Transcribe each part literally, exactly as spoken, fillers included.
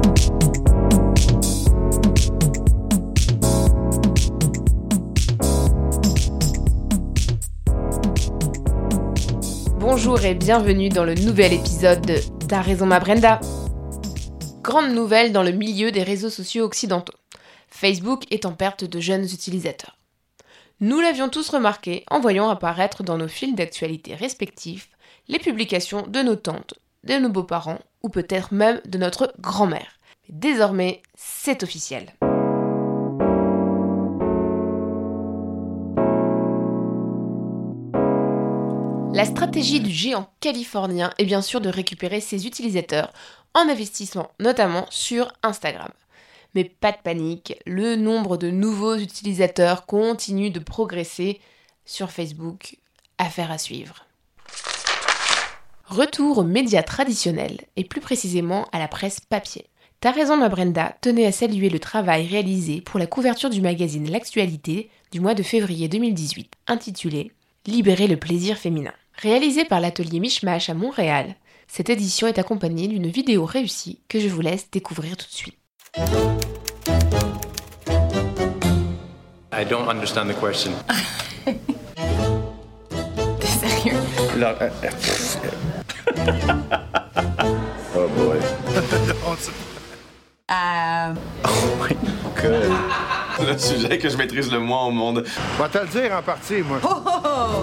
Bonjour et bienvenue dans le nouvel épisode de T'as raison ma Brenda. Grande nouvelle dans le milieu des réseaux sociaux occidentaux. Facebook est en perte de jeunes utilisateurs. Nous l'avions tous remarqué en voyant apparaître dans nos fils d'actualité respectifs les publications de nos tantes, de nos beaux-parents ou peut-être même de notre grand-mère. Mais désormais, c'est officiel. La stratégie du géant californien est bien sûr de récupérer ses utilisateurs en investissant notamment sur Instagram. Mais pas de panique, le nombre de nouveaux utilisateurs continue de progresser sur Facebook. Affaire à suivre. Retour aux médias traditionnels et plus précisément à la presse papier. T'as raison ma Brenda tenait à saluer le travail réalisé pour la couverture du magazine L'Actualité du mois de février deux mille dix-huit, intitulé « Libérer le plaisir féminin ». Réalisée par l'atelier Mishmash à Montréal, cette édition est accompagnée d'une vidéo réussie que je vous laisse découvrir tout de suite. I don't understand the question. T'es sérieux? La, euh, oh boy. Euh... Oh my god. Le sujet que je maîtrise le moins au monde. Je vais te le dire en partie, moi. Oh, oh, oh.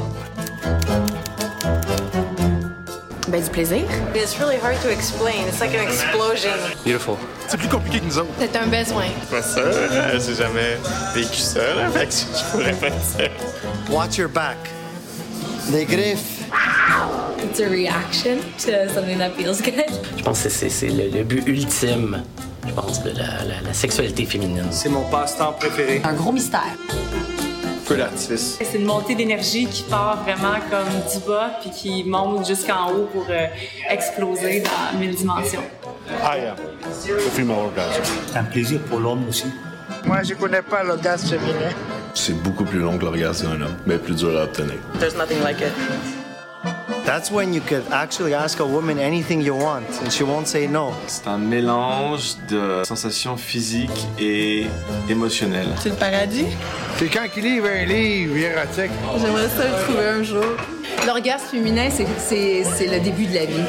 Ben du plaisir. It's really hard to explain. It's like an explosion. Beautiful. C'est plus compliqué que nous autres. C'est un besoin. Pas ça, euh, j'ai jamais vécu ça, là, fait que je pourrais pas dire. Watch your back. Les griffes. It's a reaction to something that feels good. Je pense que c'est, c'est le, le but ultime, je pense, de la, la, la sexualité féminine. C'est mon passe-temps préféré. Un gros mystère. Feu d'artifice. C'est une montée d'énergie qui part vraiment comme du bas puis qui monte jusqu'en haut pour euh, exploser dans mille dimensions. I am the female orgasm. C'est un plaisir pour l'homme aussi. Moi, je connais pas l'orgasme féminin. C'est beaucoup plus long que l'orgasme d'un homme, mais plus dur à obtenir. There's nothing like it. That's when you could actually ask a woman anything you want and she won't say no. C'est un mélange de sensations physiques et émotionnelles. C'est le paradis. C'est quand il livre un livre érotique. J'aimerais ça le trouver un jour. L'orgasme féminin, c'est, c'est, c'est le début de la vie.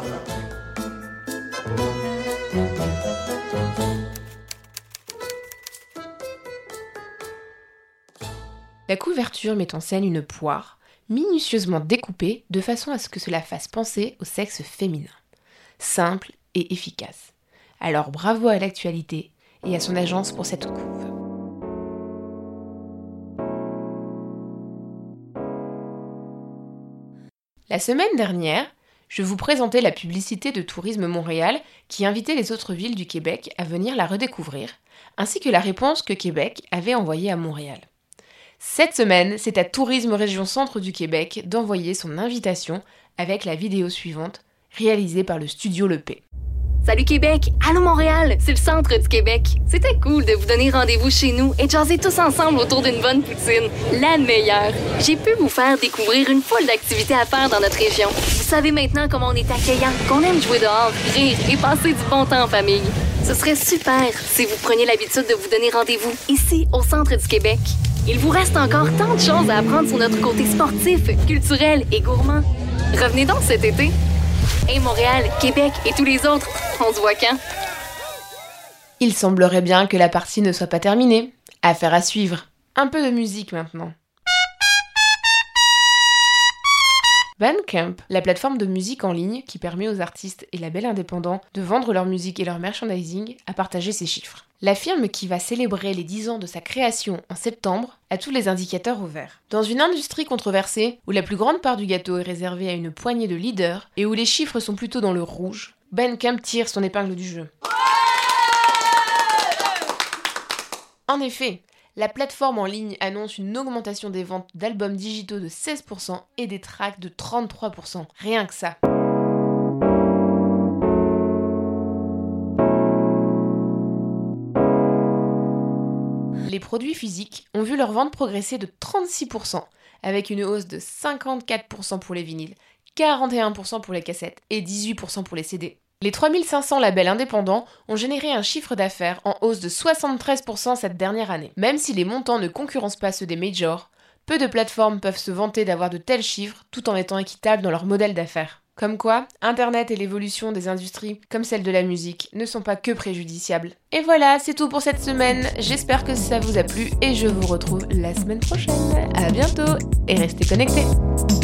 La couverture met en scène une poire, minutieusement découpée de façon à ce que cela fasse penser au sexe féminin. Simple et efficace. Alors bravo à l'Actualité et à son agence pour cette couve. La semaine dernière, je vous présentais la publicité de Tourisme Montréal qui invitait les autres villes du Québec à venir la redécouvrir, ainsi que la réponse que Québec avait envoyée à Montréal. Cette semaine, c'est à Tourisme Région Centre du Québec d'envoyer son invitation avec la vidéo suivante, réalisée par le Studio Le P. Salut Québec! Allô Montréal! C'est le centre du Québec. C'était cool de vous donner rendez-vous chez nous et de jaser tous ensemble autour d'une bonne poutine. La meilleure! J'ai pu vous faire découvrir une foule d'activités à faire dans notre région. Vous savez maintenant comment on est accueillant, qu'on aime jouer dehors, rire et passer du bon temps en famille. Ce serait super si vous preniez l'habitude de vous donner rendez-vous ici, au centre du Québec. Il vous reste encore tant de choses à apprendre sur notre côté sportif, culturel et gourmand. Revenez donc cet été. Et Montréal, Québec et tous les autres, on se voit quand? Il semblerait bien que la partie ne soit pas terminée. Affaire à suivre. Un peu de musique maintenant. Bandcamp, la plateforme de musique en ligne qui permet aux artistes et labels indépendants de vendre leur musique et leur merchandising, a partagé ses chiffres. La firme qui va célébrer les dix ans de sa création en septembre a tous les indicateurs au vert. Dans une industrie controversée, où la plus grande part du gâteau est réservée à une poignée de leaders et où les chiffres sont plutôt dans le rouge, Bandcamp tire son épingle du jeu. En effet, la plateforme en ligne annonce une augmentation des ventes d'albums digitaux de seize pour cent et des tracks de trente-trois pour cent. Rien que ça. Les produits physiques ont vu leur vente progresser de trente-six pour cent, avec une hausse de cinquante-quatre pour cent pour les vinyles, quarante et un pour cent pour les cassettes et dix-huit pour cent pour les C D. Les trois mille cinq cents labels indépendants ont généré un chiffre d'affaires en hausse de soixante-treize pour cent cette dernière année. Même si les montants ne concurrencent pas ceux des majors, peu de plateformes peuvent se vanter d'avoir de tels chiffres tout en étant équitables dans leur modèle d'affaires. Comme quoi, Internet et l'évolution des industries, comme celle de la musique, ne sont pas que préjudiciables. Et voilà, c'est tout pour cette semaine. J'espère que ça vous a plu et je vous retrouve la semaine prochaine. À bientôt et restez connectés.